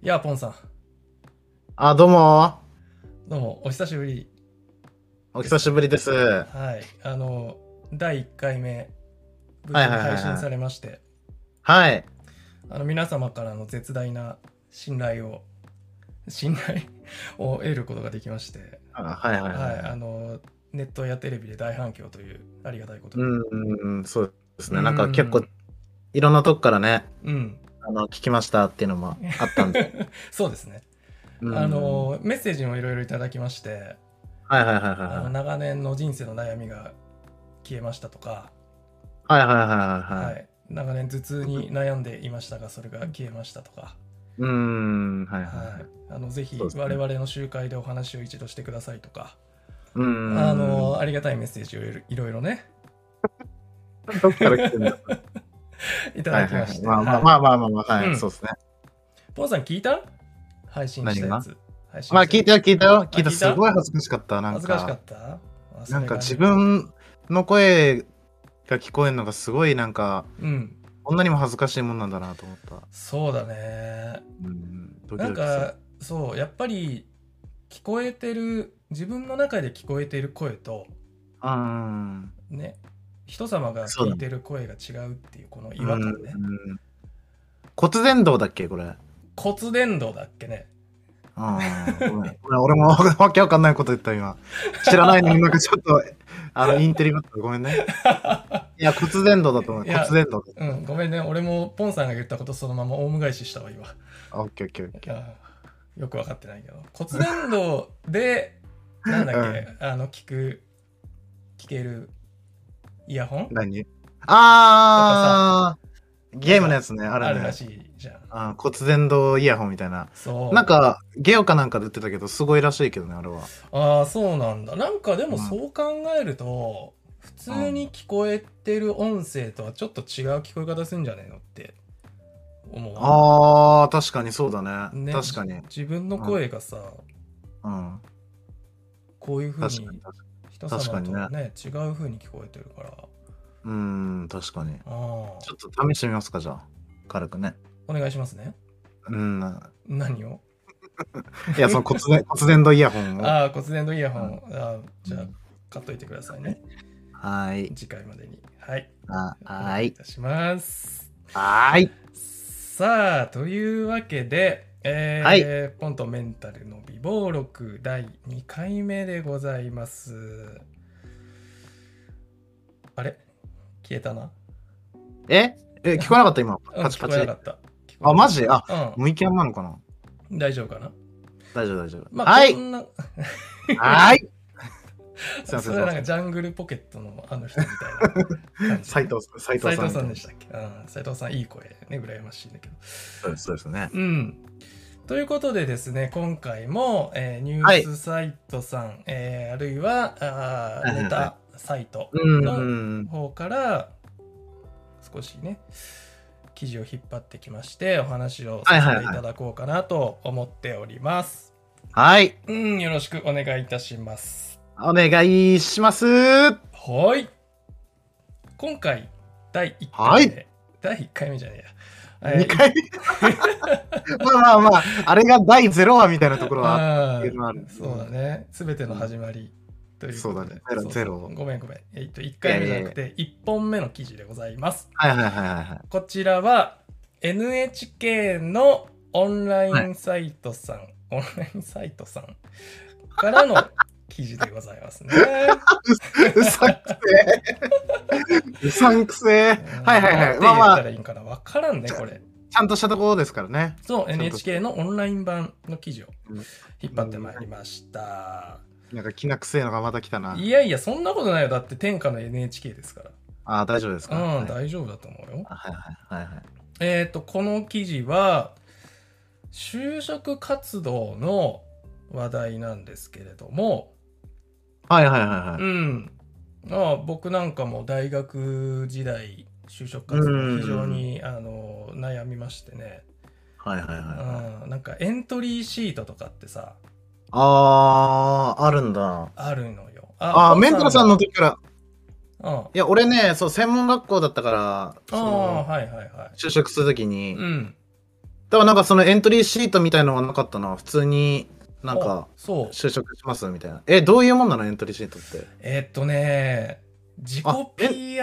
ポンさん、 あ、どうも。 どうも、お久しぶりお久しですね。 ぶりです。ははい。第1回目、無いはい事に配信さはいはい。 れまして、 はい。 皆様からの絶大な信頼を得ることができまして、 はいはいはいはい。 はい。 ネットやテレビで大反響というありがたいことに。 そうですうーね。なんか結構ん、 いろんなとこからね、 うん。 聞きましたっていうのもあったんで。 そうですね。 うーん。 メッセージもいろいろいただきまして、 はいはいはいはいはい。 長年の人生の悩みが消えましたとか、 はいはいはいはいはい。 はい。長年頭痛に悩んでいましたが、それが消えましたとか、 はいはいははい。 い。ぜひそうですね。 我々の集会でお話を一度してくださいとか、 うーん。 ありがたいメッセージをいろいろね、 どっから来てんだ。 いたはいはいはい。 だきまして、 まあまあはい。 まあまあまあまあ、はい。そうん。 うですね。 ポンさん聞いた？配信し何が？ たやつ。配信まあしたやつ。 聞いたよ。 あ、 聞いた。 聞いた？ すごい恥ずかしかった。 恥ずかしかった？それが自ね、 分の声が聞こえるのがすごいうん。 こんなにも恥ずかしいもんなんだなと思った。 そうだね。 ドキドキする。 なんか、そう、やっぱり自分の中で聞こえてる声と、 うーん。 ね、人様がそうだね。 聞いてる声が違うっていうこの違うー和感ね。 ん。骨伝導だっけこれ。 骨伝導だっけね。 ごめん。俺もわけわかんないこと言った今。知らないのになんかちょっと、インテリだった。ごめんね。いや、骨伝導だと思う。 いや、 骨伝導だと思う。 うん、ごめんね。俺もポンさんが言ったことそのままオウム返ししたわ、今。いオッケーオッケーオッケー。 や、よくわかってないけど。骨伝導で、なんだっうん。 け、聞けるイヤホン何？ とかさ、なんゲームのやか、 つね、あるね。 あるらしいじゃん。 骨伝導イヤホンみたいな。なんそう。 か、ゲオかなんかで売ってたけど、すごいらしいけどね、あれは。 ああ、そうなんだ。なんかでもうん。 そう考えると、普通うん。 に聞こえてる音声とはちょっと違う聞こえ方するんじゃねえのって思わん？ 確かにそうだね。 ね、 確かに。 自分のうん。 声がさ、 うん。 こういう風に確かに、 人様確かにね。 とね、違う風に聞こえてるから。 確かに。 ああ、 ちょっと試してみますか、じゃあ。軽くね。 お願いしますね。 うん。 何を？ いや、その骨伝導イヤホンを。 ああ、骨伝導イヤホうん。 ン。じゃあ、買っといてくださいね。 はい。 次回までに。はい。お願はい。 いいたします。 はい。 さあ、というわけで、 はい。 ポンとメンタルの美貌録第2回目でございます。あれ？消えたな。 聞こえなかった今。 うん、聞パチパチ。 こえなかった。聞こえなかっマジ？ た。 無意見なのかな？ うん、大丈夫かな。 大丈夫、大丈夫。 まあ、 はい。 こんなはい。すいません、すいません。 それはなんかジャングルポケットのあの人みたいな感じね。 斉藤斉藤さんみたいな。 さんでしたっけ？斉藤さんいい声ね、羨ましいんだけど。 そうですね。 うん。ということでですね、今回も、ニューはい。 スサイトさん、あるいははいはいはい。 ネタサイトのうん。 方から少しね、記事を引っ張ってきまして、お話をはいさせはいはい。 ていただこうかなと思っております。 はい。 うん、よろしくお願いいたします。 お願いします。ははい。今回、第1回い。 目。第1回目じゃねえや。 2回まあまあまあ、あれが第0話みたいなところはある。 そうだね。すべてのうん。 始まりというそうだね。 ことで。そうそう。 ゼロ。 ごめんごめん。1 いや回目いやいや。 じゃなくて、1本目の記事でございます。 はいはいはいはいはい。 こちらは、NHK のオンライはい。 ンサイトさん、オンラインサイトさんからの記事でございますね。 うさんくせえ。うさんくせえ。はいはいはい。 なんて言ったまあまあ、 らいいんかな。わからんね、これ。 ちゃんとしたところですからね。 そう、 ちゃんとした。 NHK のオンライン版の記事をうん。 引っ張ってまいりました。 なんかきな臭いのがまた来たな。 いやいや、そんなことないよ。だって天下の NHK ですか大丈夫ですか？ ら。うん、 はい。 大丈夫だと思うよ。 はいはいはいはい。 この記事は、就職活動の話題なんですけれども、 はいはいはいはい。 うん。僕なんかも大学時代、就職う活動非常ん。 に悩みましてね。 はいはいはいはい。 なんかエントリーシートとかってさ、 あるんだ。 あるのよ。ポンメンタルさんのさんは、 時から、 うん。 いや、俺ね、そう、専門学校だったから、 はいはいはい。 就職するときに、 うん。 でもなんかそのエントリーシートみたいのはなかったな。普通になんあ、 かそう。 就職しますみたいな。どういうもんなのエントリーシートって。 自己あ、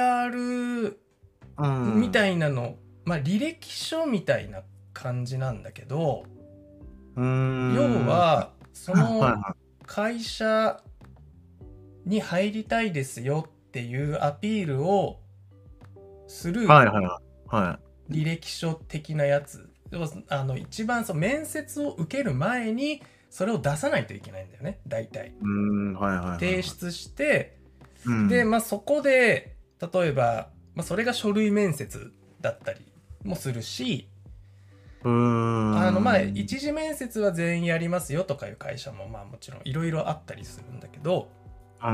PR うみん。 たいなの、まあ履歴書みたいな感じなんだけど、 うーん。はい要は、そのは会社に入りたいですよっていうアピールをすい。 るはいはいはい。はい。 履歴書的なやつ。一番面接を受ける前にそれを出さないといけないんだよね、大体。 うーん。はいはいはいはい。 提出して、で、 うん。 まあそこで、例えば、まあそれが書類面接だったりもするし、 うーまあん。 一次面接は全員やりますよとかいう会社もまあもちろんいろいろあったりするんだけど、 うん。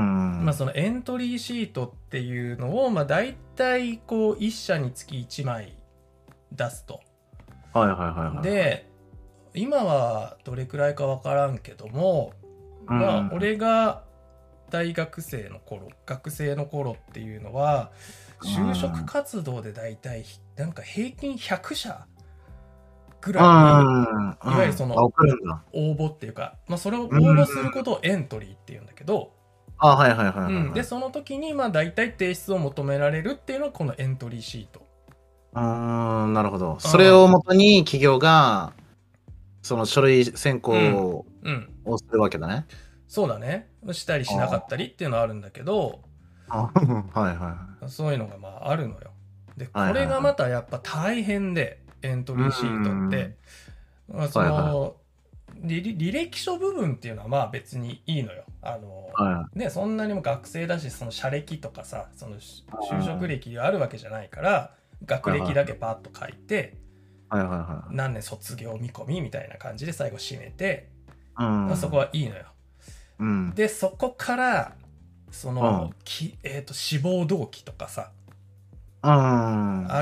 まあそのエントリーシートっていうのをまあ大体こう1社につき1枚出すと。 はいはいはいはいはい。 で、今はどれくらいかわからんけども、まあうん。 俺が大学生の頃、学生の頃っていうのは就職活動で大体なんか平均100社ぐうん。 らい、 うん。 いわゆるあ、 その送るんだ。 応募っていうか、まあ、それを応うん。 募することをエントリーっていうんだけど、 あ、はいはいはいはいうん、ではい。 その時にまあ大体提出を求められるっていうのがこのエントリーシート。 なるほど。それあをもとに企業が、その書類選うん考うん、 をするわけだね。 そうだね。したりしなかったりっていうのはあるんだけど、 はいはそういうのがまああるのよ。でい。はいこれがはいはい。 またやっぱ大変で、エントうーリーシートっん。 て、まあ、 はいはい。 履歴書部分っていうのはまあ別にいいのよ。 はい。 ね、そんなにも学生だし、その社歴とかさ、その就職あ歴があるわけじゃないから、学はいはい歴だけパッと書いて、 はいはいは何年卒業見込みみたいな感じで最後締めて、 い。うまあ、そこん。 はいいのよ。 うん。 で、そこから、そうん。 の、志望動機とかさ、 うん。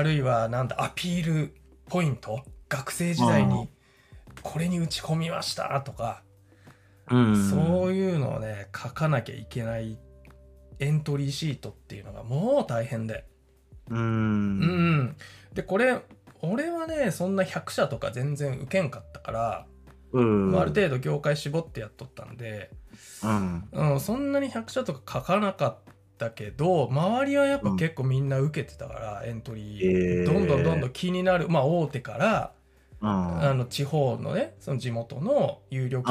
あるいはなんだ、アピールポイント、学生時代にこれに打ち込みましたとか、 うん。 そういうのをね、書かなきゃいけないエントリーシートっていうのがもう大変で。 ううん。 ん。で、俺はね、そんな100社とか全然受けんかったから、 うまあ、あるん。 程度業界絞ってやっとったんで、 うん。 そんなに100社とか書かなかったけど、周りはやっぱうん。 結構みんな受けてたから、エントリー、どんどんどんどんええ気になる、まあ大手から、 うん。 地方のね、その地元の有料うん。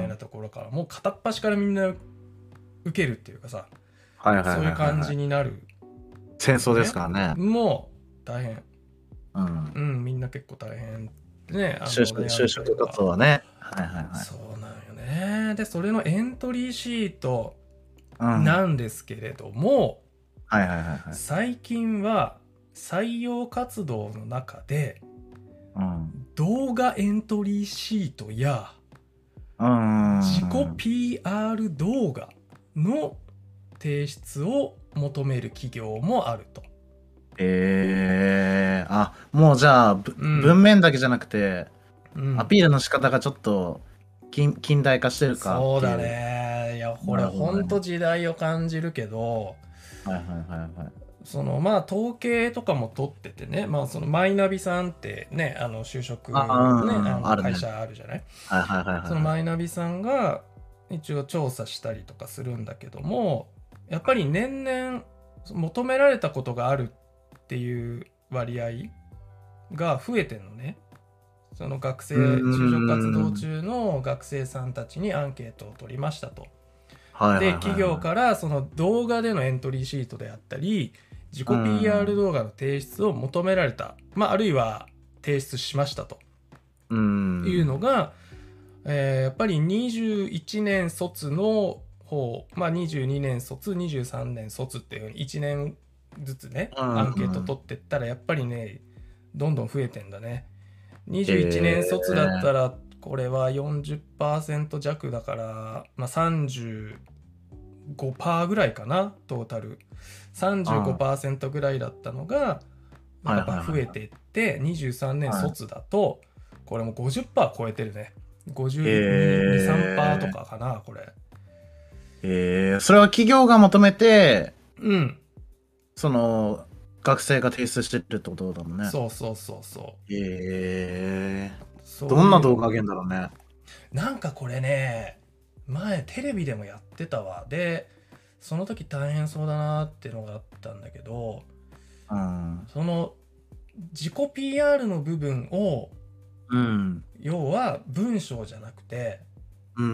企業みたいはいなところから、もう片っ端からみんな受けるっていうかさ、 はいはいそういう感はいはい。 じになる戦争ですのね。 からね。 もう大変。 うん。 うん、みんな結構大変でね、悩就んだり職活は。 動はね。はいはいはい。 そうなんよね。で、それのエントリーシートうん。 なんですけれども、 はいはいはいはい。 最近は採用活動の中でうん。 動画エントリーシートやう自己ん。 PR 動画の提出を求める企業もあると。 あ、もうじゃあ、 うん。 文面だけじゃなくて、 うん。 アピールの仕方がちょっと近代化してるかっそうだていう。 ね。いや、これなるほどね。 ほんと時代を感じるけど、 はいはいはいはい。 まあ統計とかも取っててね、まあそのマイナビさんってね、就職あ、うんね、 うんうん、あるね。 会社あるじゃない。 はいはいはいはいそのはい。 マイナビさんが一応調査したりとかするんだけども、やっぱり年々求められたことがあるっていう割合が増えてんのね。そのうー就職活動ん。 中の学生さんたちにアンケートを取りましたと。で、 はいはいはい企業はい。 からその動画でのエントリーシートであったり、自う己 PR ん。 動画の提出を求められた、まあ、あるいは提出しましたとういうのん。 が、やっぱり21年卒の方、まあ、22年卒、23年卒っていうふうに1年ずつね、 うんアンケートうん。 取ってったら、やっぱりね、どんどん増えてんだね。21年卒だったえら、これは40%弱だから、まあ、35%ぐらいかな、トータル。 は 35%ぐらいだったのが、 いはいやっぱ増えはていって、23年いはい。 卒だと、これも50%超えてるね。52、3%とえかかな、これ。 それは企業が求めて、 うん。 その、 学生が提出してるってことだもんね。 そうそうそうそう。 どそうんな動画あげんだろうね。 なんかこれね、前テレビでもやってたわ。で、その時大変そうだなっていうのがあったんだけど、 うん。 その自己 PR の部分を、 うん。 要は文章じゃなくてうん。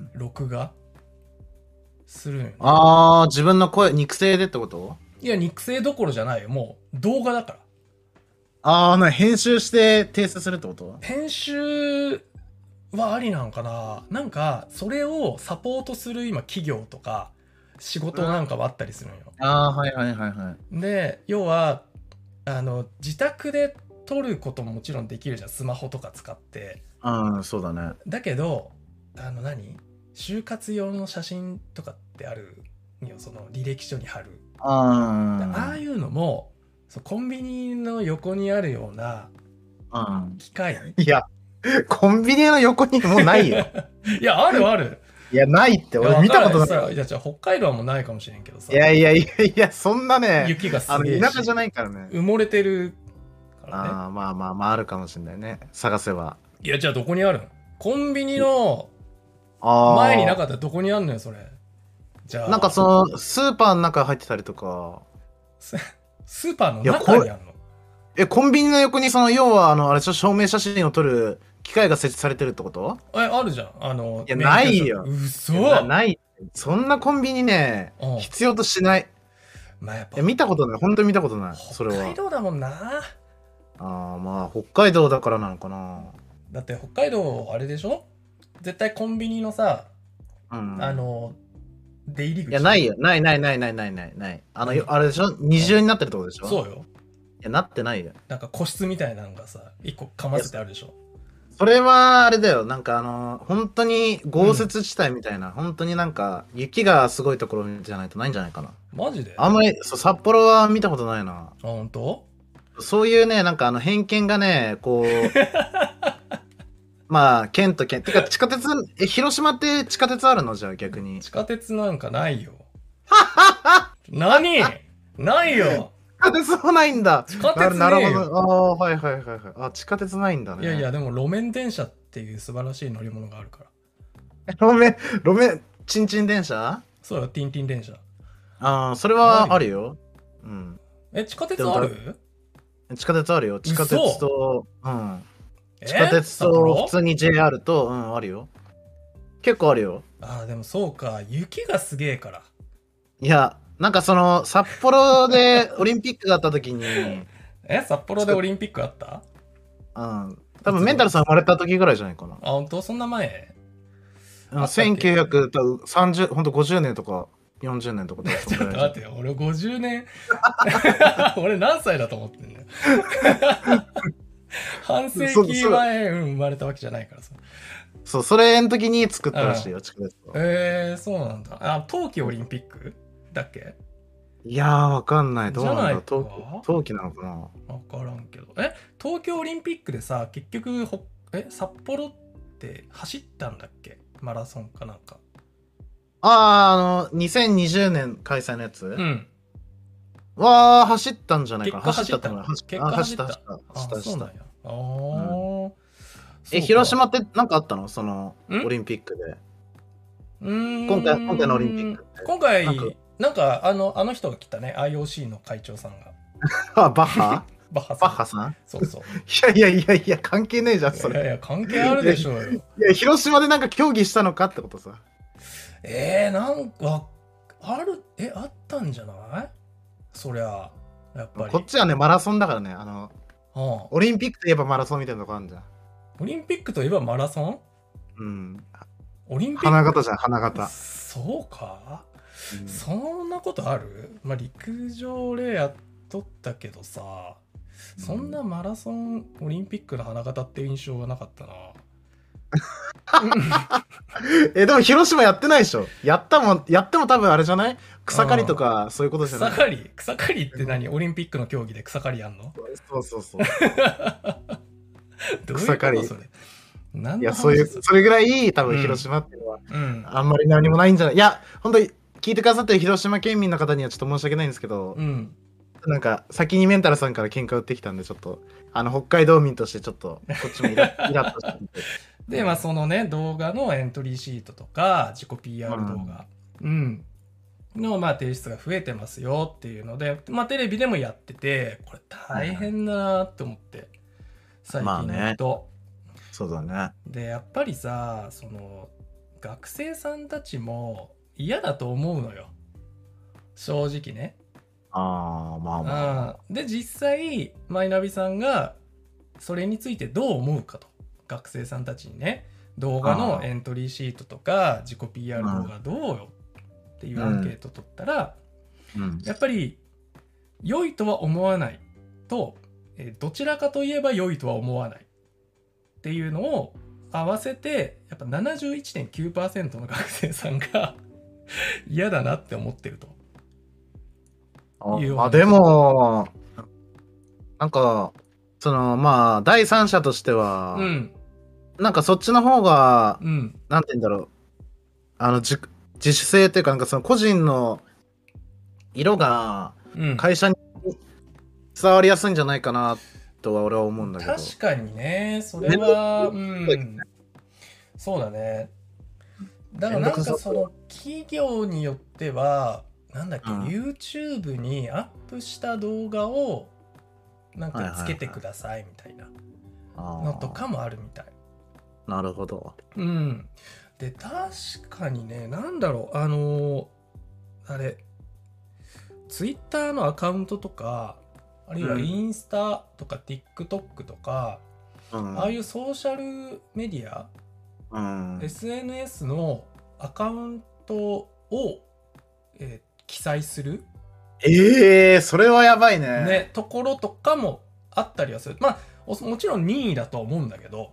録画するよね。 ああ、自分の声、肉声でってこと？ いや、肉声どころじゃないよ。もう動画だから。 ああ、編集して提出するってこと？ 編集はありなんかな。なんかそれをサポートする今企業とか仕事なんかはあったりするのよ。 ああ、はいはいはいはい。 で、要は自宅で撮ることももちろんできるじゃん、スマホとか使って。 うん、そうだね。 だけど就活用の写真とかってあるよ、その履歴書に貼る。ああいうのもコンビニの横にあるような機械。 いや、コンビニの横にもうないよ。 いや、あるある。 いや、ないって俺見たことない。 いや、じゃあ北海道はもうないかもしれんけどさ。 いやいやいやいや、そんなね、 雪がすげえし田舎じゃないからね。 埋もれてるからね。 まあまあまあ、あるかもしれないね。探せば。 いや、じゃあどこにあるの？コンビニの前になかったらどこにあんのよ、それ。じゃあ。 なんかその、スーパーの中入ってたりとか。 スーパーの中にあるの？ コンビニの横に要はあれ証明写真を撮る機械が設置されてるってこと？ あるじゃん。 いや、ないよ。 嘘。 ない。そんなコンビニね、必要としない。 まあやっぱ見たことない。本当に見たことない。それは。 北海道だもんな。 まあ、北海道だからなのかな。 だって北海道、あれでしょ？絶対コンビニのさ、出入り口。 いや、ないよ。ない。あれでしょ？二重になってるってことでしょ？ そうよ。 いや、なってないよ。 なんか個室みたいなのがさ、一個かませてあるでしょ。 それはあれだよ。なんか本当に豪雪地帯みたいな、本当になんか雪がすごいところじゃないとないんじゃないかな。 マジで？ あんまり札幌は見たことないな。 本当？ そういうね、なんか偏見がね、こう、まあ、県と県。てか、地下鉄、広島って地下鉄あるの？じゃあ逆に。 地下鉄なんかないよ。何？ないよ。 地下鉄もないんだ。 地下鉄ねえよ。 なるほど。はいはいはいはい。地下鉄ないんだね。 いやいや、でも路面電車っていう素晴らしい乗り物があるから。 路面、チンチン電車？ そうよ、ティンティン電車。 それはあるよ。うん。 地下鉄ある？ 地下鉄あるよ。地下鉄と、地下鉄と普通に JR と、あるよ。結構あるよ。 でもそうか、雪がすげえから。 いや、なんか札幌でオリンピックがあった時に。 札幌でオリンピックあった？ 多分メンタルさん生まれた時ぐらいじゃないかな。 本当？そんな前 ？1930、ほんと50年とか40年とかで。 ちょっと待ってよ、俺50年。俺何歳だと思ってんだよ。半世紀前生まれたわけじゃないからさ。 そう、それの時に作ったらしいよ、地下鉄。 そうなんだ。冬季オリンピックだっけ？ いやー、わかんない。どうなんだ。冬季なのかな？ わからんけど。東京オリンピックでさ、結局札幌って走ったんだっけ？マラソンかなんか。 2020年開催のやつ？走ったんじゃないかな。 走った。そうなんや。 広島って何かあったの？オリンピックで。今回のオリンピックって。 今回、なんかあの人が来たね。IOC の会長さんが。バッハ？ バッハさん？そうそう。 いや、関係ねえじゃん、それ。 いや、関係あるでしょうよ。 いや、広島でなんか競技したのかってことさ。 なんか、あったんじゃない？そりゃ、やっぱり。 こっちはね、マラソンだからね。オリンピックといえばマラソンみたいなとこあるじゃん。 オリンピックといえばマラソン？オリンピック。 花形じゃん、花形。 そうか？そんなことある？陸上でやっとったけどさ、そんなマラソン、オリンピックの花形っていう印象がなかったな。 でも広島やってないでしょ？やっても多分あれじゃない？草刈りとかそういうことじゃない？ 草刈りって何？オリンピックの競技で草刈りやんの？ そう。 どういうことそれ？ いや、それぐらい多分広島っていうのは、あんまり何もないんじゃない？いや、本当に聞いてくださってる広島県民の方にはちょっと申し訳ないんですけど、 なんか先にメンタルさんから喧嘩売ってきたんで、ちょっと北海道民としてちょっとこっちもイラッとしてて。 で、まあそのね、動画のエントリーシートとか、自己 PR 動画、の、まあ提出が増えてますよっていうので、まあテレビでもやってて、これ大変だなって思って、最近のと。 そうだね。 で、やっぱりさ、学生さんたちも嫌だと思うのよ。正直ね。で、実際、マイナビさんがそれについてどう思うかと。学生さんたちにね、動画のエントリーシートとか自己 PR 動画どうよっていうアンケート取ったら、やっぱり良いとは思わないと、どちらかといえば良いとは思わないっていうのを合わせて、やっぱ 71.9% の学生さんが嫌だなって思ってると。 でもなんかまあ第三者としては、なんかそっちの方が、なんて言うんだろう、自主性っていうか、なんかその個人の色が会社に伝わりやすいんじゃないかなとは俺は思うんだけど。 確かにね、それは、そうだね。だからなんかその企業によっては、なんだっけ、YouTube にアップした動画をなんかつけてくださいみたいなのとかもあるみたい。 なるほど。 で、確かにね、なんだろう、あれ、Twitter のアカウントとか、あるいはインスタとか TikTok とか、ああいうソーシャルメディア、SNS のアカウントを、記載するそれはやばいね、ところとかもあったりはする。まあもちろん任意だと思うんだけど、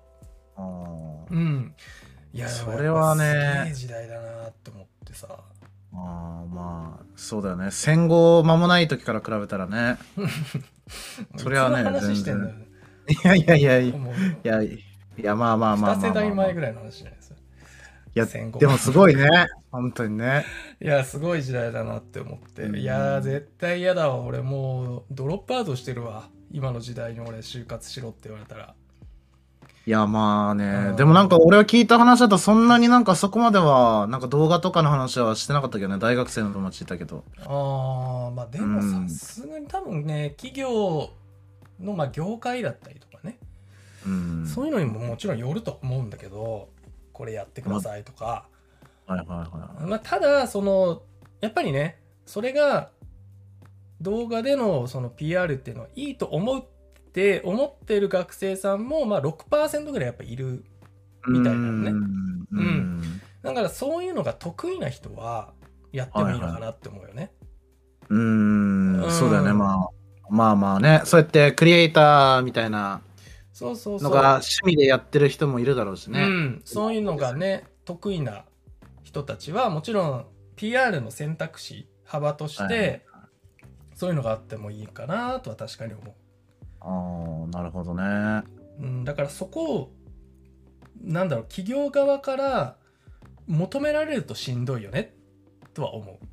いや、 それはね、 すげえ時代だなって思ってさ。 まあそうだよね。戦後間もない時から比べたらね。それはね、 話してんだよ。 いやまあ 2世代前ぐらいの話じゃないですか。 いやでもすごいね、本当にね。 いやすごい時代だなって思って、いや絶対嫌だわ。俺もうドロップアウトしてるわ。今の時代に俺就活しろって言われたら。 いやまあね、でもなんか俺は聞いた話だとそんなになんかそこまではなんか動画とかの話はしてなかったけどね。大学生の友達いたけど。 まあでもさすがに多分ね、企業のまあ業界だったりとかね、そういうのにももちろんよると思うんだけど、これやってくださいとか、まあただやっぱりね、それが動画でのその PR っていうのはいいと思ってる学生さんもまあ 6% ぐらいやっぱいるみたいなのね。だからそういうのが得意な人はやってもいいのかなって思うよね。 そうだよね。まあね、そうやってクリエイターみたいなのが趣味でやってる人もいるだろうしね。 そういうのがね得意な人たちはもちろん PR の選択肢幅としてそういうのがあってもいいかなとは確かに思う。なるほどね。 だからそこをなんだろう、企業側から求められるとしんどいよねとは思う。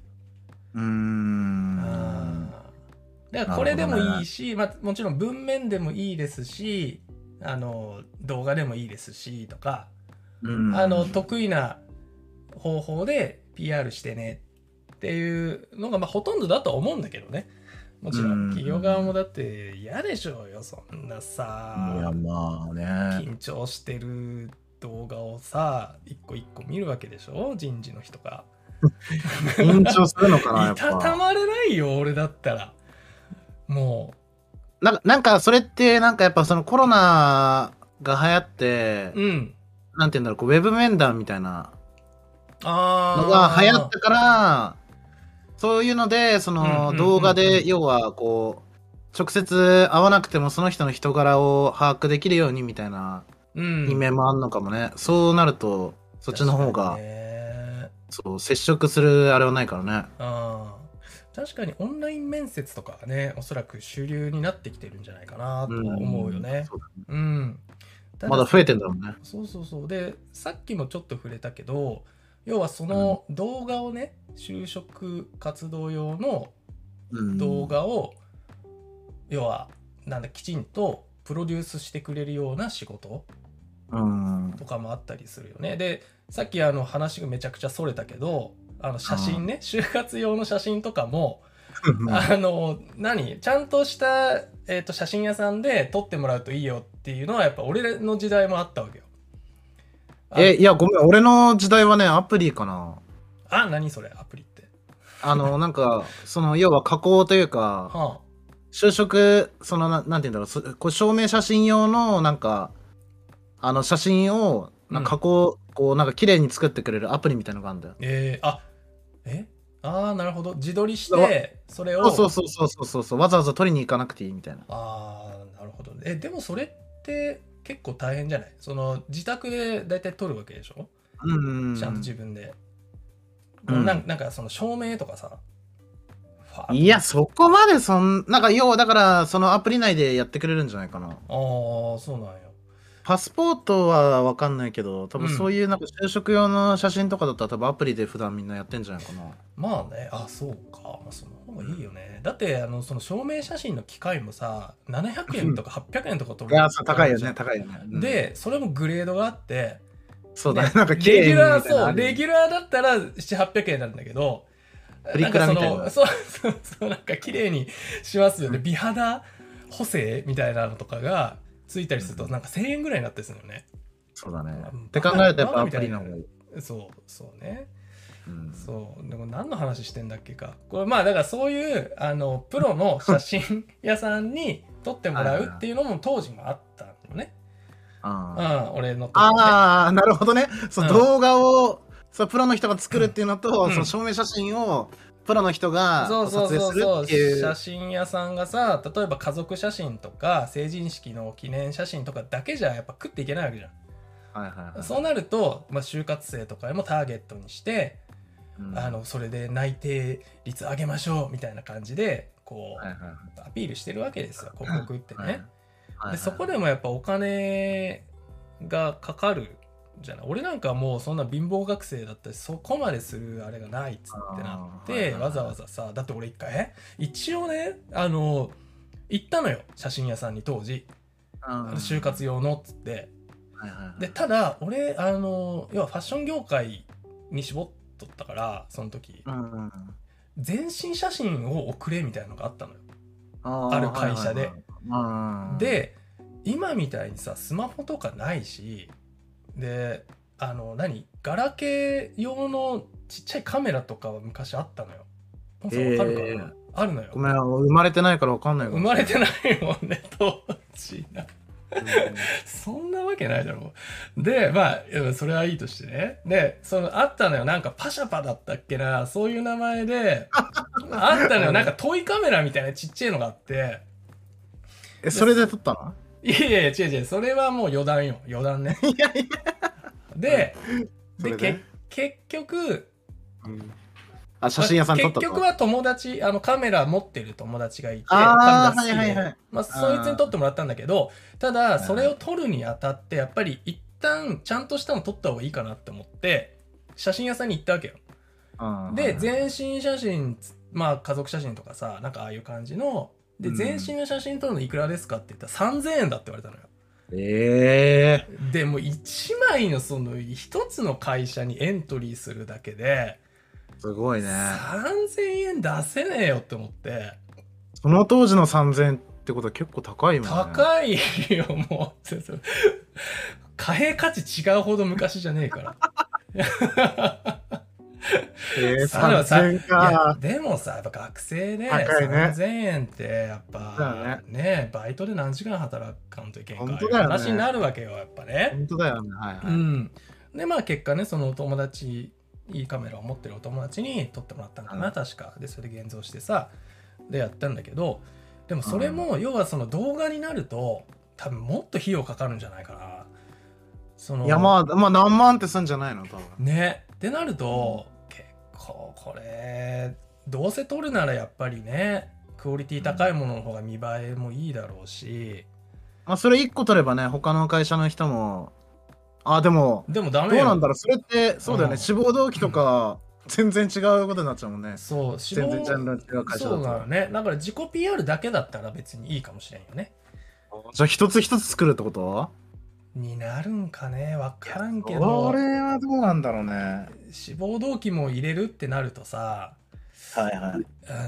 だからこれでもいいし、まあ、もちろん文面でもいいですし、動画でもいいですしとか、得意な方法で PR してねっていうのがまあほとんどだと思うんだけどね。もちろん企業側もだって嫌でしょうよ、そんなさ。 いやまあね、 緊張してる動画をさ一個一個見るわけでしょ、人事の人が。 緊張するのかな。やっぱいたたまれないよ俺だったら。もうなんかそれってなんかやっぱそのコロナが流行って、なんていうんだろう、こうウェブ面談みたいなのが流行ったから、そういうのでその動画で要はこう直接会わなくてもその人の人柄を把握できるようにみたいな意味もあんのかもね。そうなるとそっちの方がそう接触するあれはないからね。 確かにオンライン面接とかはね、おそらく主流になってきてるんじゃないかなとは思うよね。 まだ増えてんだろうね。 そうで、さっきもちょっと触れたけど、要はその動画をね、就職活動用の動画を要はなんだきちんとプロデュースしてくれるような仕事とかもあったりするよね。でさっき話がめちゃくちゃそれたけど写真ね、就活用の写真とかもちゃんとした、写真屋さんで撮ってもらうといいよっていうのはやっぱ俺の時代もあったわけよ。 いやごめん、俺の時代はねアプリかな。 何それアプリって。 なんかその要は加工というか、はあ、就職なんて言うんだろう、こう証明写真用のなんか写真を加工、こうなんか綺麗に作ってくれるアプリみたいなのがあるんだよ。 なるほど。自撮りしてそれをそうわざわざ撮りに行かなくていいみたいな。 なるほど。でもそれって結構大変じゃない？その自宅でだいたい撮るわけでしょ？ちゃんと自分で。なんかその照明とかさ。 いやそこまでなんか要はだからそのアプリ内でやってくれるんじゃないかな。 そうなんや。 パスポートは分かんないけど、多分そういうなんか就職用の写真とかだったら多分アプリで普段みんなやってんじゃないかな。 まあね、そうか、その方がいいよね。だってその証明写真の機械もさ、700円とか800円とか取る。 いや高いよね、高いよね。 でそれもグレードがあって、 そうだね、なんかレギュラーだったら700-800円なんだけど、 プリクラみたいな。 そうなんか綺麗にしますよね。美肌補正みたいなのとかがついたりするとなんか1000円ぐらいになったりするよね。 そうだね。って考えるとやっぱアプリの方がいい。 そうね。でも何の話してんだっけか。これだからそういうプロの写真屋さんに撮ってもらうっていうのも当時もあったのね。俺のとこね。 なるほどね。動画をプロの人が作るっていうのと、その証明写真をプロの人が撮影するっていう。 写真屋さんがさ、例えば家族写真とか成人式の記念写真とかだけじゃやっぱ食っていけないわけじゃん。そうなると、就活生とかもターゲットにして、それで内定率上げましょうみたいな感じでこう、アピールしてるわけですよ、広告ってね。でそこでもやっぱお金がかかるじゃない。俺なんかもうそんな貧乏学生だったし、そこまでするあれがないっつってなって、わざわざさ、だって俺一応ね行ったのよ、写真屋さんに当時、就活用のっつって。でただ俺要はファッション業界に絞っとったから、その時、全身写真を送れみたいなのがあったのよ、ある会社で。で今みたいにさスマホとかないし、でガラケー用のちっちゃいカメラとかは昔あったのよ。分かるかな？あるのよ。 ごめん、生まれてないから分かんない。 生まれてないもんね当時な。そんなわけないだろう。でそれはいいとしてね。であったのよ、なんかパシャパだったっけな、そういう名前であったのよ。なんかトイカメラみたいなちっちゃいのがあって。 それで撮ったの？ いや違う、それはもう余談ね。いやで結局、 写真屋さん撮った結局は友達、カメラ持ってる友達がいて、そいつに撮ってもらったんだけど、ただそれを撮るにあたってやっぱり一旦ちゃんとしたの撮った方がいいかなって思って写真屋さんに行ったわけよ。で全身写真、家族写真とかさ、なんかああいう感じので、全身の写真撮るのいくらですかって言ったら3000円だって言われたのよ。でも1枚のその1つの会社にエントリーするだけですごいね。 3000円出せねえよって思って。 その当時の3000円ってことは結構高いもんね。 高いよ、もう。貨幣価値違うほど昔じゃねえから 3000円か。 でもさ、やっぱ学生で3000円ってやっぱね、バイトで何時間働かんといけんかいう話になるわけよ、やっぱね。 本当だよね。 で結果ね、そのお友達、いいカメラを持ってるお友達に撮ってもらったのかな、確か。でそれで現像してさ、でやったんだけど、でもそれも要はその動画になると多分もっと費用かかるんじゃないかな。いや何万ってすんじゃないの多分ね。ってなると、結構これどうせ撮るならやっぱりね、クオリティ高いものの方が見栄えもいいだろうし、 それ1個撮ればね、他の会社の人もでもダメよ。 どうなんだろう、それってそうだよね、志望動機とか全然違うことになっちゃうもんね。 そう、 全然ジャンルの違う会社だと。 そうだよね。だから自己 PR だけだったら別にいいかもしれんよね。 じゃあ一つ一つ作るってこと？ になるんかね、わからんけど。 これはどうなんだろうね。 志望動機も入れるってなるとさ、 はいはい。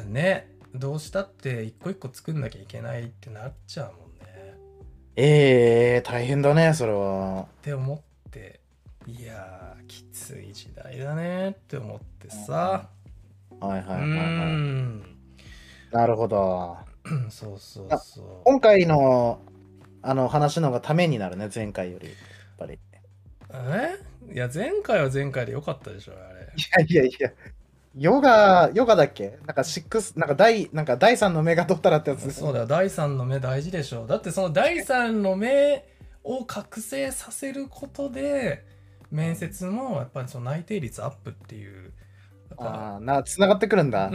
ね、どうしたって一個一個作んなきゃいけないってなっちゃうもんね。 大変だね、それは。 って思って、いやー、きつい時代だねって思ってさ。 はいはいはいはい。なるほど。 そうそうそう。 今回の話の方がためになるね、前回より。やっぱり。 いや、前回は前回でよかったでしょ、あれ。 いやいやいや。ヨガだっけ？なんかなんか第三の目が取ったらってやつ。 そうだよ、第三の目大事でしょ。だってその第三の目を覚醒させることで、面接もやっぱりその内定率アップっていう。 つながってくるんだ。 うん。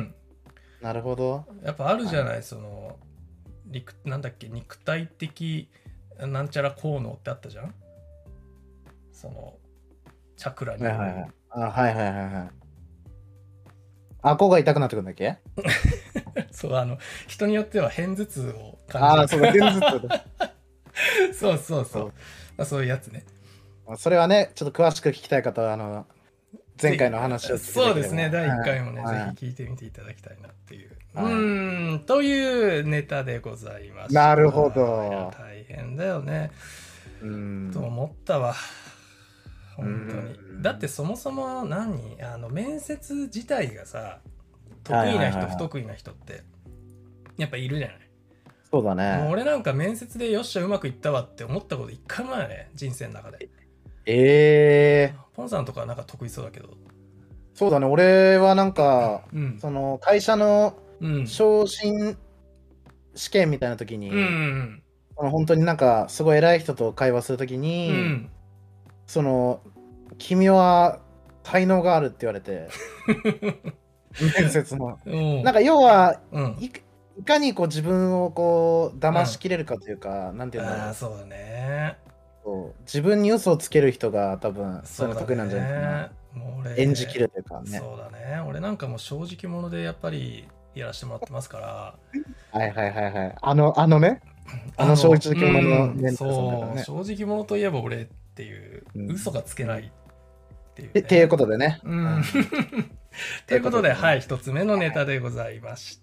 なるほど。 やっぱあるじゃない、その、なんだっけ、肉体的なんちゃら効能ってあったじゃん。その、チャクラに。 はいはいはい。はいはいはいはい。顎が痛くなってくるんだっけ？ そう、人によっては片頭痛を感じる。 そうだ、片頭痛。 そうそうそう。そういうやつね。 それはね、ちょっと詳しく聞きたい方は、前回の話を聞いてそうですね、第1回もね、ぜひ聞いてみていただきたいなっていう。というネタでございました。 なるほど。 いや、大変だよね。と思ったわ。本当に。だってそもそも面接自体がさ、得意な人、不得意な人って、やっぱいるじゃない。 そうだね。 もう俺なんか面接でよっしゃうまくいったわって思ったこと一回もないよね、人生の中で。ポンさんとかはなんか得意そうだけど。 そうだね、俺はなんか、その会社の昇進試験みたいな時に、本当になんかすごい偉い人と会話する時に、その君は才能があるって言われて面接のなんか要は、いかにこう自分をこう騙しきれるかというか、なんていうんだろう。 そうだね。 自分に嘘をつける人が多分そういうの得意なんじゃないかな。演じきるというかね。 そうだね。俺なんかもう正直者でやっぱりやらせてもらってますから。 はいはいはいはい。ね。正直者のメンタルさんだからね。 正直者といえば俺っていう、嘘がつけないっていう、 っていうことでね。 ということで、はい、一つ目のネタでございました。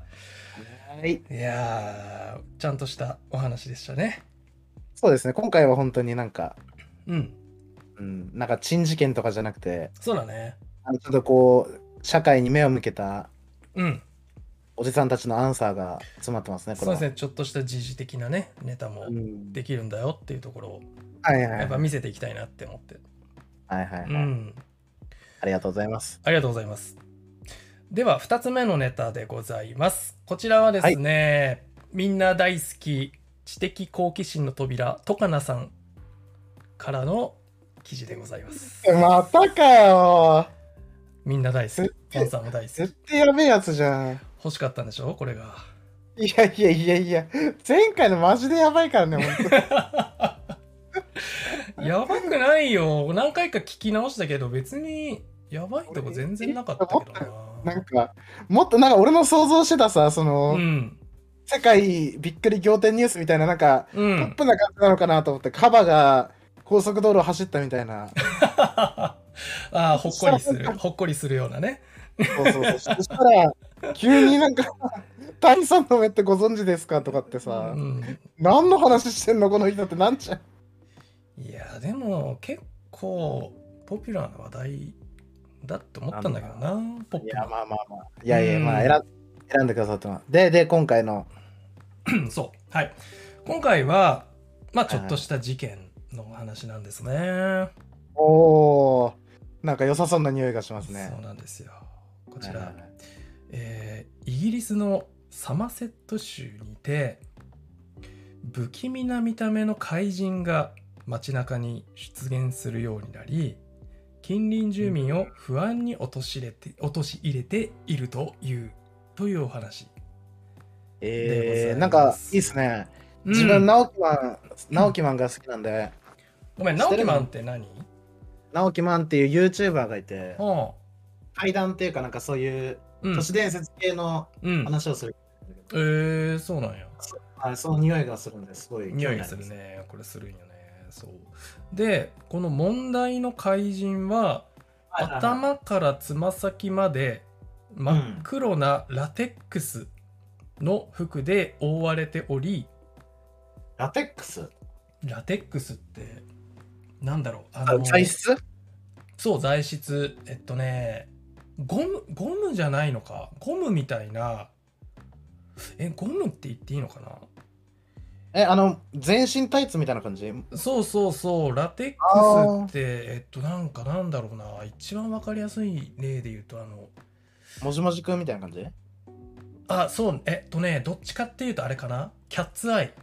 いやー、ちゃんとしたお話でしたね。 そうですね。今回は本当になんか、なんか珍事件とかじゃなくて、 そうだね。 ちょっとこう、社会に目を向けた、おじさんたちのアンサーが詰まってますね、これは。 そうですね。ちょっとした時事的なね、ネタもできるんだよっていうところを、 やっぱ見せていきたいなって思って。 はいはいはい。ありがとうございます。 ありがとうございます。では、2つ目のネタでございます。こちらはですね、みんな大好き、知的好奇心の扉、トカナさんからの記事でございます。 またかよ。 みんな大好き。ポンさんも大好き。 絶対やべえやつじゃん。 欲しかったんでしょこれが。 いやいやいやいや、前回のマジでやばいからね、本当やばくないよ。何回か聞き直したけど、別にやばいとこ全然なかったけどな。 なんか、もっとなんか俺の想像してたさ、その、世界びっくり仰天ニュースみたいな、なんか、ポップな感じなのかなと思って、カバが高速道路を走ったみたいな。 ほっこりするようなね。 そうそうそう。そしたら、急になんか、第三の目ってご存知ですかとかってさ、何の話してんのこの人ってなんちゃう。 いや、でも結構ポピュラーな話題だって思ったんだけどな、ポップ。 いや、まあまあまあ。いやいや、まあ選んでくださってます。で、今回の。 そう。はい。今回は、まあちょっとした事件の話なんですね。 おー、なんか良さそうな匂いがしますね。 そうなんですよ。こちら、イギリスのサマセット州にて、不気味な見た目の怪人が街中に出現するようになり、近隣住民を不安に陥れているというお話。 なんかいいっすね。自分、直木マンが好きなんで。 ごめん、直木マンって何？ 直木マンっていう YouTuber がいて、 怪談っていうかなんかそういう都市伝説系の話をする、 そうなんや。 その匂いがするんですごい匂いがするね。これするんよね。そうで、この問題の怪人は、頭からつま先まで真っ黒なラテックスの服で覆われており、 ラテックスってなんだろう、材質？ そう、材質。ゴムじゃないのか。ゴムみたいな。ゴムって言っていいのかな。 全身タイツみたいな感じ？ そう、ラテックスって、なんだろうな。一番わかりやすい例で言うと、 もじもじくんみたいな感じ？ そう、どっちかっていうとあれかな。キャッツアイ。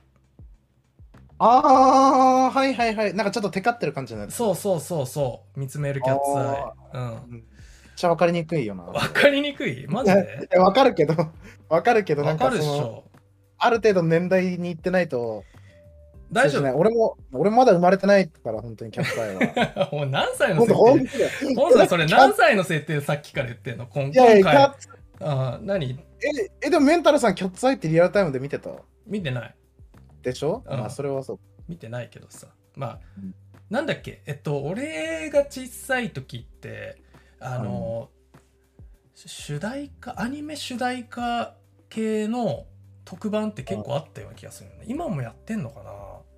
はいはいはい。なんかちょっとテカってる感じのやつ。 そう。見つめるキャッツアイ。 めっちゃわかりにくいよな。 わかりにくい？マジで？ わかるけど、なんかわかるっしょ。 ある程度年代に行ってないと。 大丈夫。 俺まだ生まれてないから、本当にキャッツアイは。 もう何歳の設定？本当だ、それ何歳の設定さっきから言ってんの？今回。何？ でもメンタルさん、キャッツアイってリアルタイムで見てた？ 見てない。 でしょ？まあ、それはそう。 見てないけどさ。まあ、なんだっけ、俺が小さい時って、主題歌、アニメ主題歌系の特番って結構あったような気がするよね。今もやってんのかな？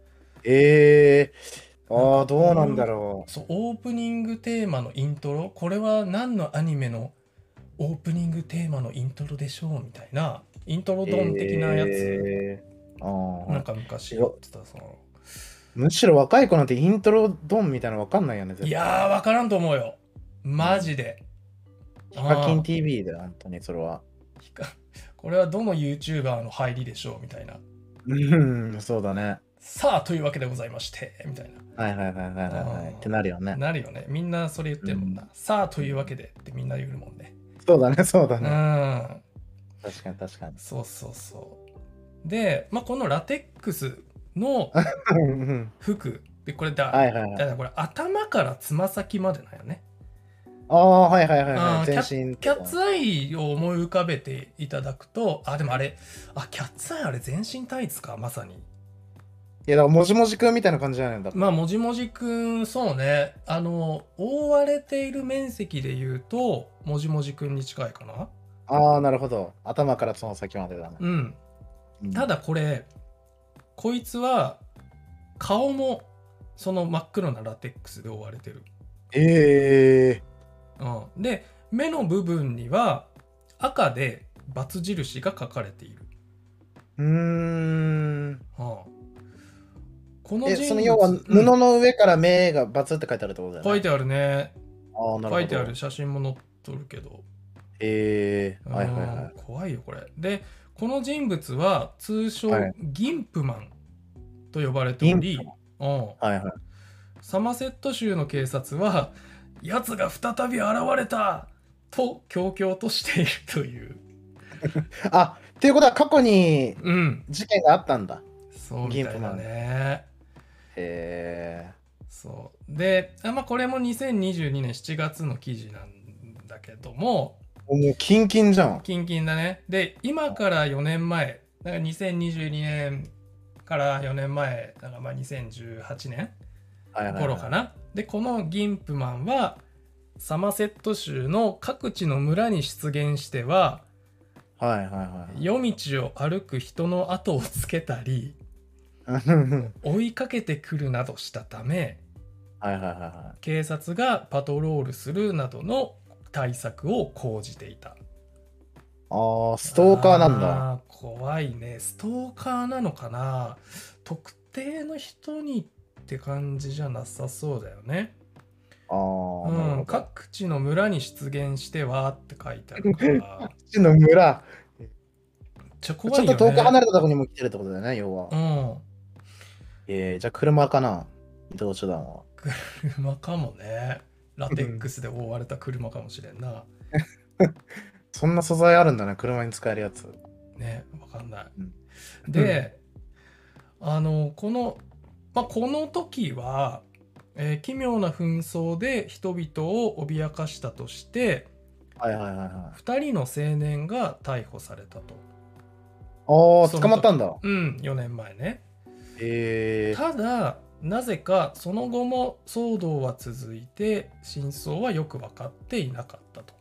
どうなんだろう。 そう、オープニングテーマのイントロ、これは何のアニメのオープニングテーマのイントロでしょうみたいな、イントロドン的なやつ。なんか昔やってた。 むしろ若い子なんてイントロドンみたいなの分かんないよね。 いやー、分からんと思うよ。マジで。 ヒカキン TV だよ、本当にそれは。 これはどの YouTuber の入りでしょうみたいな。 そうだね。 さあ、というわけでございまして、みたいな。 はい。ってなるよね。 なるよね。みんなそれ言ってるもんな。さあ、というわけでってみんな言うもんね。 そうだね。確かに。 そうで、このラテックスの服で、これこれ頭からつま先までなんよね。 全身。 キャッツアイを思い浮かべていただくと、でもキャッツアイあれ全身タイツか、まさに。 いや、だからもじもじくんみたいな感じじゃないんだ。 もじもじくん、そうね。覆われている面積で言うと、もじもじくんに近いかな。 なるほど。頭からその先までだね。 ただこれ、こいつは顔もその真っ黒なラテックスで覆われてる。で、目の部分には赤で×印が書かれている。この人物、 その要は布の上から目がバツって書いてあるってことだよね。 書いてあるね。 書いてある。写真も載っとるけど。怖いよこれ。で、この人物は通称ギンプマンと呼ばれており、サマセット州の警察は奴が再び現れたと強々としているという。 っていうことは過去に事件があったんだ。 そうみたいだね。そうで、これも2022年7月の記事なんだけども、 もうキンキンじゃん。 キンキンだね。で、今から4年前、だから2022年から4年前、だから2018年頃かな。で、このギンプマンはサマセット州の各地の村に出現しては、夜道を歩く人の後をつけたり追いかけてくるなどしたため、警察がパトロールするなどの対策を講じていた。 ストーカーなんだ。 怖いね。ストーカーなのかな。特定の人にって感じじゃなさそうだよね。各地の村に出現してはって書いてあるから。 各地の村。 ちょっと遠く離れたところにも来てるってことだよね、要は。じゃあ車かな、移動手段は。 車かもね。ラテックスで覆われた車かもしれんな。 そんな素材あるんだね、車に使えるやつ。 ね、わかんない。で、この時は、奇妙な紛争で人々を脅かしたとして、 はいはいはいは 2人の青年が逮捕されたと。 い。捕まったんだ。 うん、4年前ね。 へえ。 ただなぜかその後も騒動は続いて真相はよく分かっていなかったと。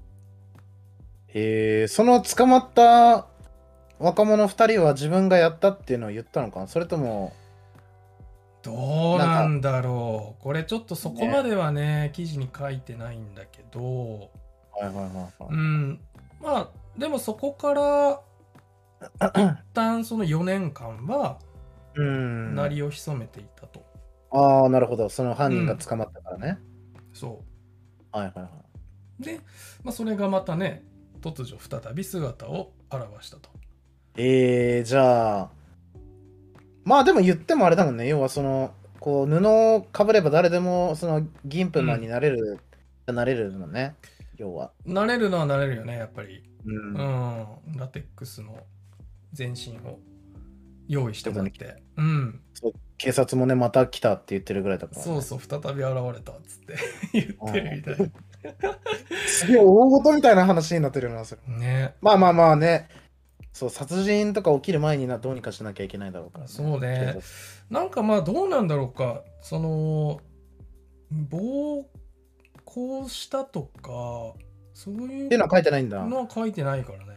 へえ、その捕まった若者2人は自分がやったっていうのを言ったのかな、それとも。 どうなんだろう。これちょっとそこまではね、記事に書いてないんだけど、 はいはいはいはい。 うん、まあでもそこから一旦その4年間は鳴りを潜めていたと。 ああ、なるほど。その犯人が捕まったからね。 そはいはいはい。 う。で、それがまたね、突如再び姿を現したと。 じゃあ、まあでも言ってもあれだもんね。要はその、こう、布をかぶれば誰でも、その、銀粉マンになれる、なれるのね。要は。 なれるのはなれるよね、やっぱり。 うん。 ラテックスの全身を用意してもらって。 そうそう警察もね、また来たって言ってるぐらいだから、ね。 そうそう、再び現れたっつって言ってるみたいな。 すげえ大事みたいな話になってるな、それ。 ね。 まあまあまあね。そう、殺人とか起きる前にどうにかしなきゃいけないだろうから、ね。 そうね。なんかまあどうなんだろうか。その、暴行したとか、そういう。 っていうのは書いてないんだ。 のは書いてないからね。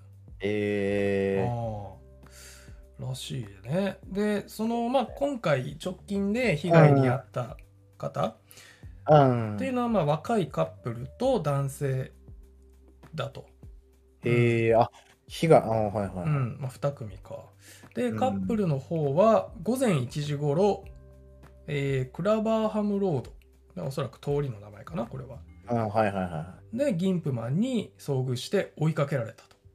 らしいね。で、その、今回直近で被害に遭った方っていうのは、若いカップルと男性だと。 火が、はいはい。 2組か。で、カップルの方は午前1時頃、クラバーハムロード、おそらく通りの名前かな、これは。 はいはいはい。 で、ギンプマンに遭遇して追いかけられたと。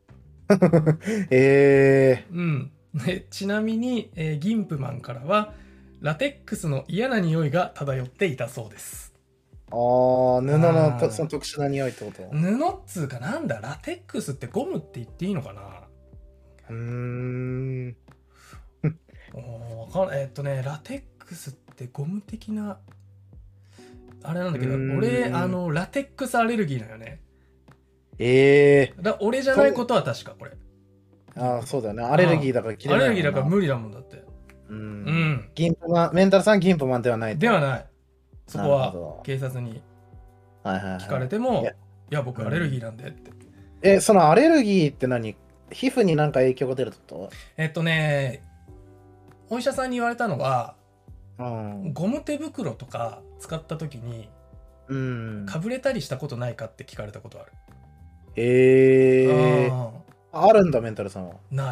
でちなみに、ギンプマンからはラテックスの嫌な匂いが漂っていたそうです。 布のその特殊な匂いってこと。 布っつうかなんだ、ラテックスってゴムって言っていいのかな。わかんない。ラテックスってゴム的なあれなんだけど、俺ラテックスアレルギーだよね。俺じゃないことは確かこれ。 そうだよね。アレルギーだからアレルギーだから無理だもんだって。 ギンプマン、メンタルさんギンプマンではない。 ではない。そこは警察に聞かれても、いや僕アレルギーなんでって。 そのアレルギーって何？皮膚に何か影響が出るってこと？ お医者さんに言われたのは、ゴム手袋とか使った時にかぶれたりしたことないかって聞かれたことある。 あるんだ、メンタルさんは。 ない。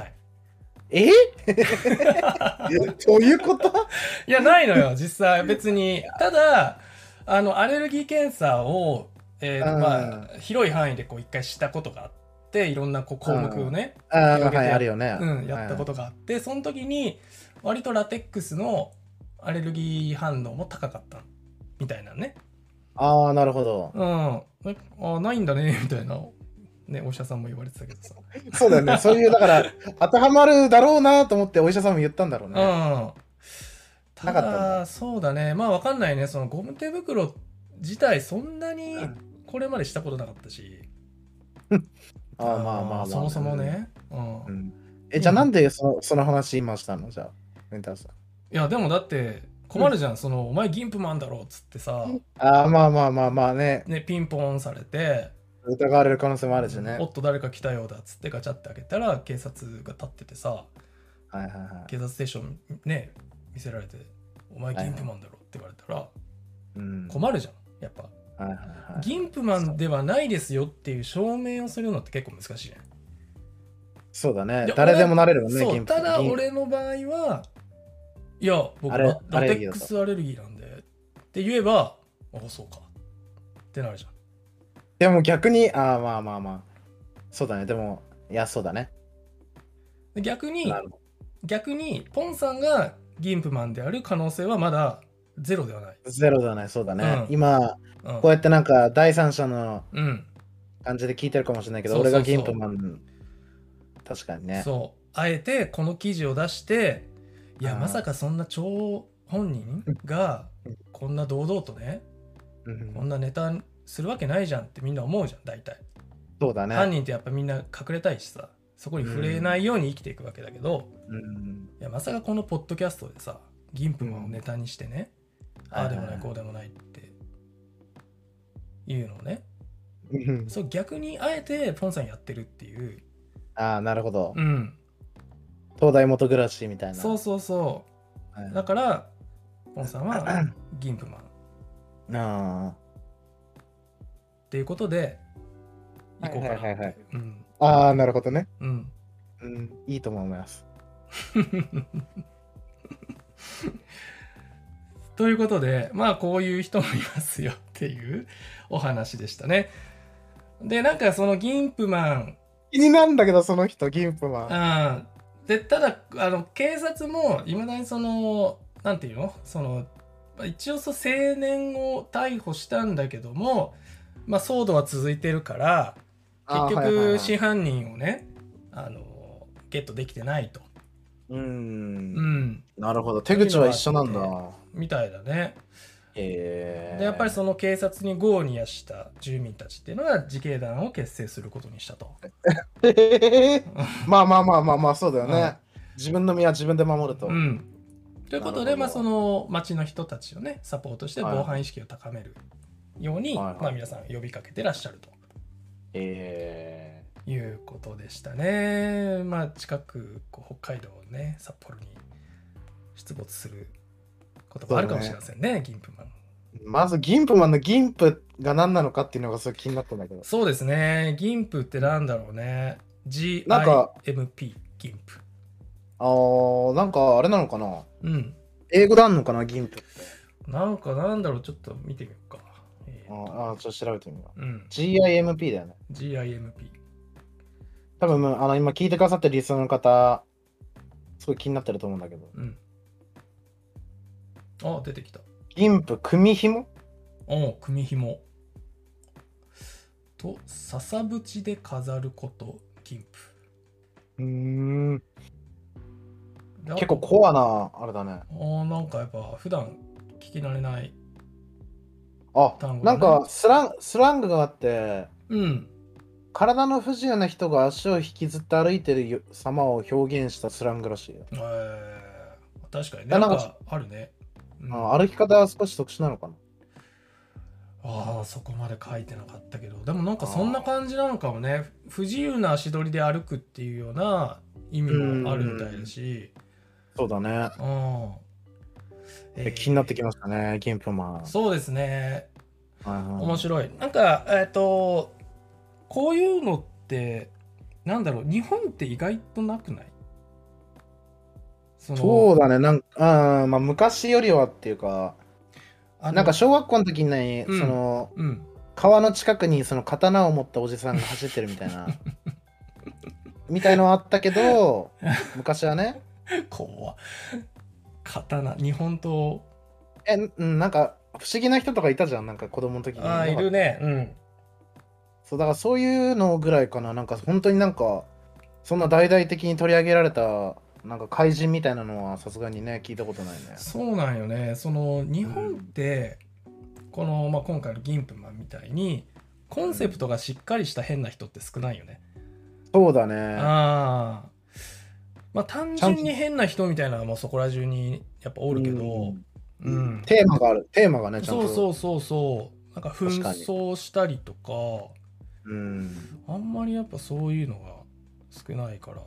どういうこと？ いや、ないのよ、実際別に。ただ、アレルギー検査を、広い範囲で一回したことがあって、いろんな項目をね、 あるよね。 やったことがあって、その時に、割とラテックスのアレルギー反応も高かったみたいなね。 なるほど。 ないんだね、みたいな。ね、お医者さんも言われてたけどさ。 そうだよね。そういう、だから、当てはまるだろうなと思ってお医者さんも言ったんだろうね。 ただ、そうだね。わかんないね。そのゴム手袋自体そんなにこれまでしたことなかったし。そもそもね。 じゃあなんでその話今したの？じゃあ、メンタルさん。 いや、でもだって、困るじゃん。お前ギンプマンだろっつってさ。 まあね。 ピンポンされて。 疑われる可能性もあるしね。 おっと誰か来たようだっつってガチャって開けたら警察が立っててさ、警察ステーションね見せられて「お前ギンプマンだろ」って言われたら困るじゃんやっぱ。ギンプマンではないですよっていう証明をするのって結構難しいね。 そうだね。誰でもなれるもんね。 そうただ俺の場合はいや僕ラテックスアレルギーなんでって言えばそうかってなるじゃん。 でも逆に、まあ。そうだね。でも、いや、そうだね。 逆に、ポンさんがギンプマンである可能性はまだゼロではない。 ゼロではない、そうだね。今、こうやってなんか第三者の感じで聞いてるかもしれないけど、俺がギンプマン、確かにね。 そう。あえてこの記事を出して、いや、まさかそんな張本人がこんな堂々とね、こんなネタするわけないじゃんってみんな思うじゃん大体。 そうだね。 犯人ってやっぱみんな隠れたいしさ、そこに触れないように生きていくわけだけど、いやまさかこのポッドキャストでさギンプマンをネタにしてね、ああでもないこうでもないっていうのをね、そう逆にあえてポンさんやってるっていう。 ああ、なるほど。 うん。 東大元暮らしみたいな。 そうそうそう。だからポンさんはギンプマン。 ああ。 っていうことで行こうかな。 ああ、なるほどね。 うん。 いいと思います。 ということで、まあこういう人もいますよっていうお話でしたね。で、なんかそのギンプマン。 気になるんだけど、その人、ギンプマン。で、ただ、警察もいまだにその、なんていうの、その、一応青年を逮捕したんだけども、まあ騒動は続いてるから、結局真犯人をね、ゲットできてないと。 なるほど。手口は一緒なんだ。 みたいだね。でやっぱりその警察に業を煮やした住民たちっていうのが自警団を結成することにしたと。 まあそうだよね。自分の身は自分で守ると。 ということで、まあ、その町の人たちをねサポートして防犯意識を高めるように、まあ、皆さん呼びかけてらっしゃると。いうことでしたね。まあ近く北海道ね札幌に出没することもあるかもしれませんね、ギンプマン。 まずギンプマンのギンプが何なのかっていうのがすごい気になったんだけど。 そうですね。ギンプってなんだろうね。GIMP ギンプ。 なんかあれなのかな。英語であんのかなギンプって。 なんかなんだろう、ちょっと見てみようか。 ちょっと調べてみよう。GIMP だよね。 GIMP。 多分今聞いてくださってるリスナーの方、すごい気になってると思うんだけど。 出てきた。 ギンプ、組紐？ 組紐。と、笹縁で飾ること、ギンプ。 結構コアな、あれだね。 なんかやっぱ普段聞き慣れない単語、なんかスラングがあって、体の不自由な人が足を引きずって歩いてる様を表現したスラングらしいよ。 確かにね。なんかあるね。 歩き方は少し特殊なのかな。 そこまで書いてなかったけど、でもなんかそんな感じなのかもね。不自由な足取りで歩くっていうような意味もあるみたいだし。 そうだね。気になってきましたね、ギンプマン。 そうですね。面白い。なんかこういうのってなんだろう、日本って意外となくない？ そうだね。まあ昔よりはっていうか、なんか小学校の時にね、川の近くにその刀を持ったおじさんが走ってるみたいなみたいのあったけど、昔はね。 刀、日本刀。 なんか不思議な人とかいたじゃん、なんか子供の時に。 いるね。 そうだからそういうのぐらいかな。なんか本当になんかそんな大々的に取り上げられたなんか怪人みたいなのはさすがにね聞いたことないね。 そうなんよね。その日本って、この、まあ、今回のギンプマンみたいにコンセプトがしっかりした変な人って少ないよね。 そうだね。 まあ単純に変な人みたいなのはもうそこら中にやっぱおるけど、 テーマがある。テーマがねちゃんと。 そうなんか紛争したりとか、あんまりやっぱそういうのが少ないから。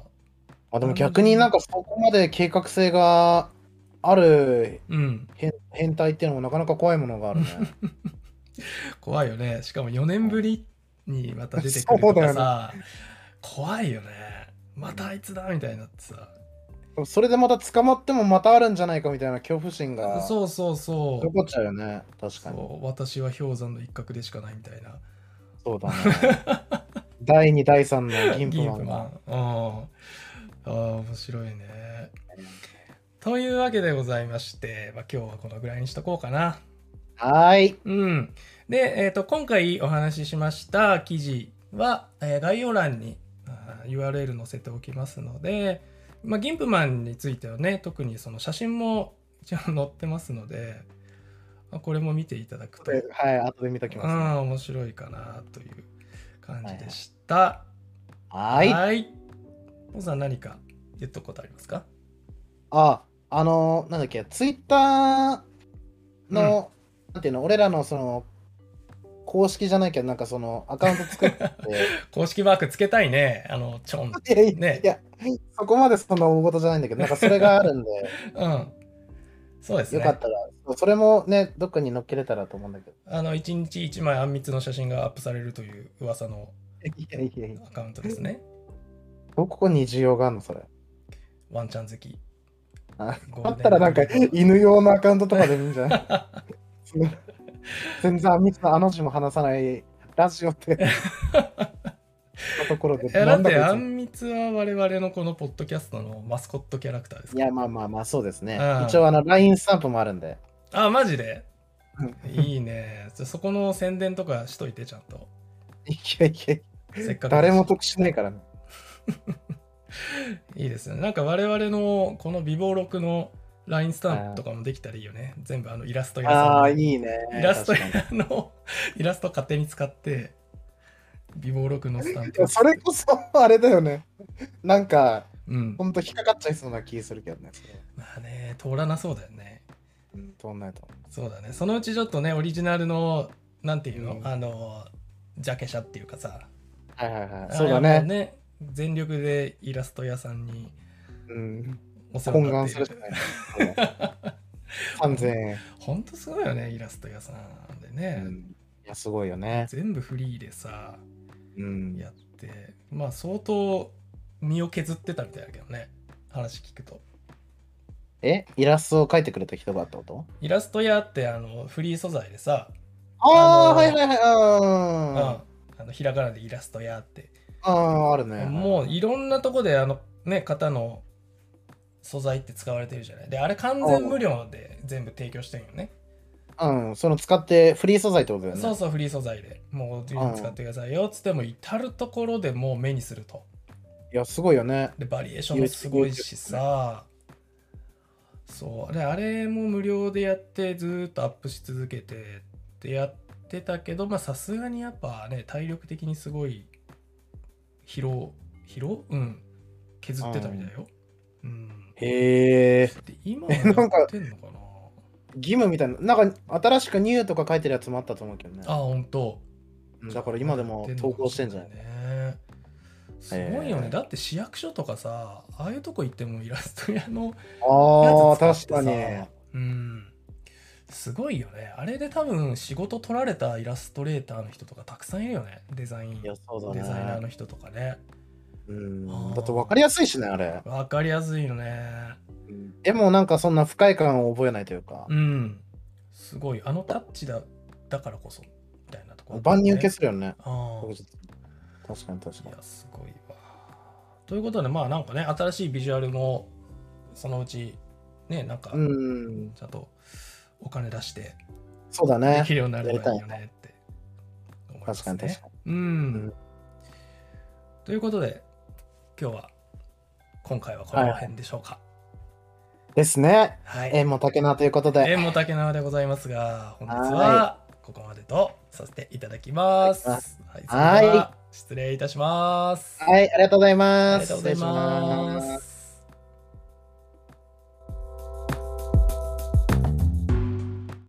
でも逆になんかそこまで計画性がある変態っていうのもなかなか怖いものがあるね。 怖いよね。しかも4年ぶりにまた出てくるとかさ、怖いよね。またあいつだみたいになってさ。 それでまた捕まってもまたあるんじゃないかみたいな恐怖心がそう残っちゃうよね。確かに。 私は氷山の一角でしかないみたいな。 そうだね。第2第3のギンプマン。 面白いね。というわけでございまして、今日はこのぐらいにしとこうかな。 はい。 で、今回お話ししました記事は、概要欄にURL 載せておきますので、ギンプマンについてはね、特にその写真も一応載ってますので、 これも見ていただくと、 はい、後で見ときます、ね。 面白いかなという感じでした。 はい。はい。 ポンさん何か言っとくことありますか？ なんだっけ、ツイッターの、なんていうの、俺らのその、公式じゃないけど、なんかその、アカウント作って。 公式マークつけたいね。ちょん。 ね。いや、そこまでそんな大事じゃないんだけど、なんかそれがあるんで。 そうですね。 よかったら、それもね、どっかに載っけれたらと思うんだけど。 1日1枚あんみつの写真がアップされるという噂のアカウントですね。 ここに需要があるの、それ。 ワンちゃん好き。 だったらなんか犬用のアカウントとかでもいいんじゃない全然あんみつのあの字も話さないラジオってところで。 だってあんみつは我々のこのポッドキャストのマスコットキャラクターですか？ いや、まあそうですね。一応LINE スタンプもあるんで。 マジでいいね。そこの宣伝とかしといて、ちゃんと。 いや、せっかく誰も得しないからね。 いいですね。なんか我々のこの美貌録の LINE スタンプとかもできたらいいよね。全部イラスト屋さん。 いいね。 イラスト屋のイラスト勝手に使って、美貌録のスタンプ。 それこそあれだよね。なんか、ほんと引っかかっちゃいそうな気するけどね。 まあね、通らなそうだよね。 通んないと。 そうだね。そのうちちょっとね、オリジナルの、なんていうの、ジャケ写っていうかさ。 そうだね。 全力でイラスト屋さんにお世話になっている。3000円。 ほんとすごいよね、イラスト屋さんでね。 いや、すごいよね。 全部フリーでさ、やって、まあ相当身を削ってたみたいだけどね、話聞くと。 イラストを描いてくれた人がってこと？ イラスト屋ってフリー素材でさ、ひらがなでイラスト屋って。 あるね。 もういろんなとこで方の素材って使われてるじゃない。で、あれ完全無料で全部提供してるよね。 その使ってフリー素材ってことだよね。 そう、フリー素材でもう自由に使ってくださいよっつっても至るところでもう目にすると。いや、すごいよね。 で、バリエーションもすごいしさ。そうで、あれも無料でやってずっとアップし続けてってやってたけど、まあさすがにやっぱね、体力的にすごい疲労削ってたみたいよ。 へえ。 で、今はやってんのかな。 義務みたいな、なんか新しくニューとか書いてるやつもあったと思うけどね。 本当。 だから今でも投稿してんじゃないね。すごいよね。だって市役所とかさ、ああいうとこ行ってもイラスト屋のやつ使ってさ、 確かに。 すごいよね。あれで多分仕事取られたイラストレーターの人とかたくさんいるよね。デザイナーの人とかね。 だって分かりやすいしね、あれ。 分かりやすいよね。 でもなんかそんな不快感を覚えないというか。 すごい。タッチだからこそみたいなところ、 万人受けするよね。確かに。 いや、すごいわ。ということで、まあなんかね、新しいビジュアルもそのうちね、なんかちゃんとお金出してそうだね。 できるようになればいいよねって思いますね。 確かに。 ということで、今回はこの辺でしょうか。 ですね。縁も竹縄ということで。 縁も竹縄でございますが、本日はここまでとさせていただきます。それでは失礼いたします。 ありがとうございます。 ありがとうございます。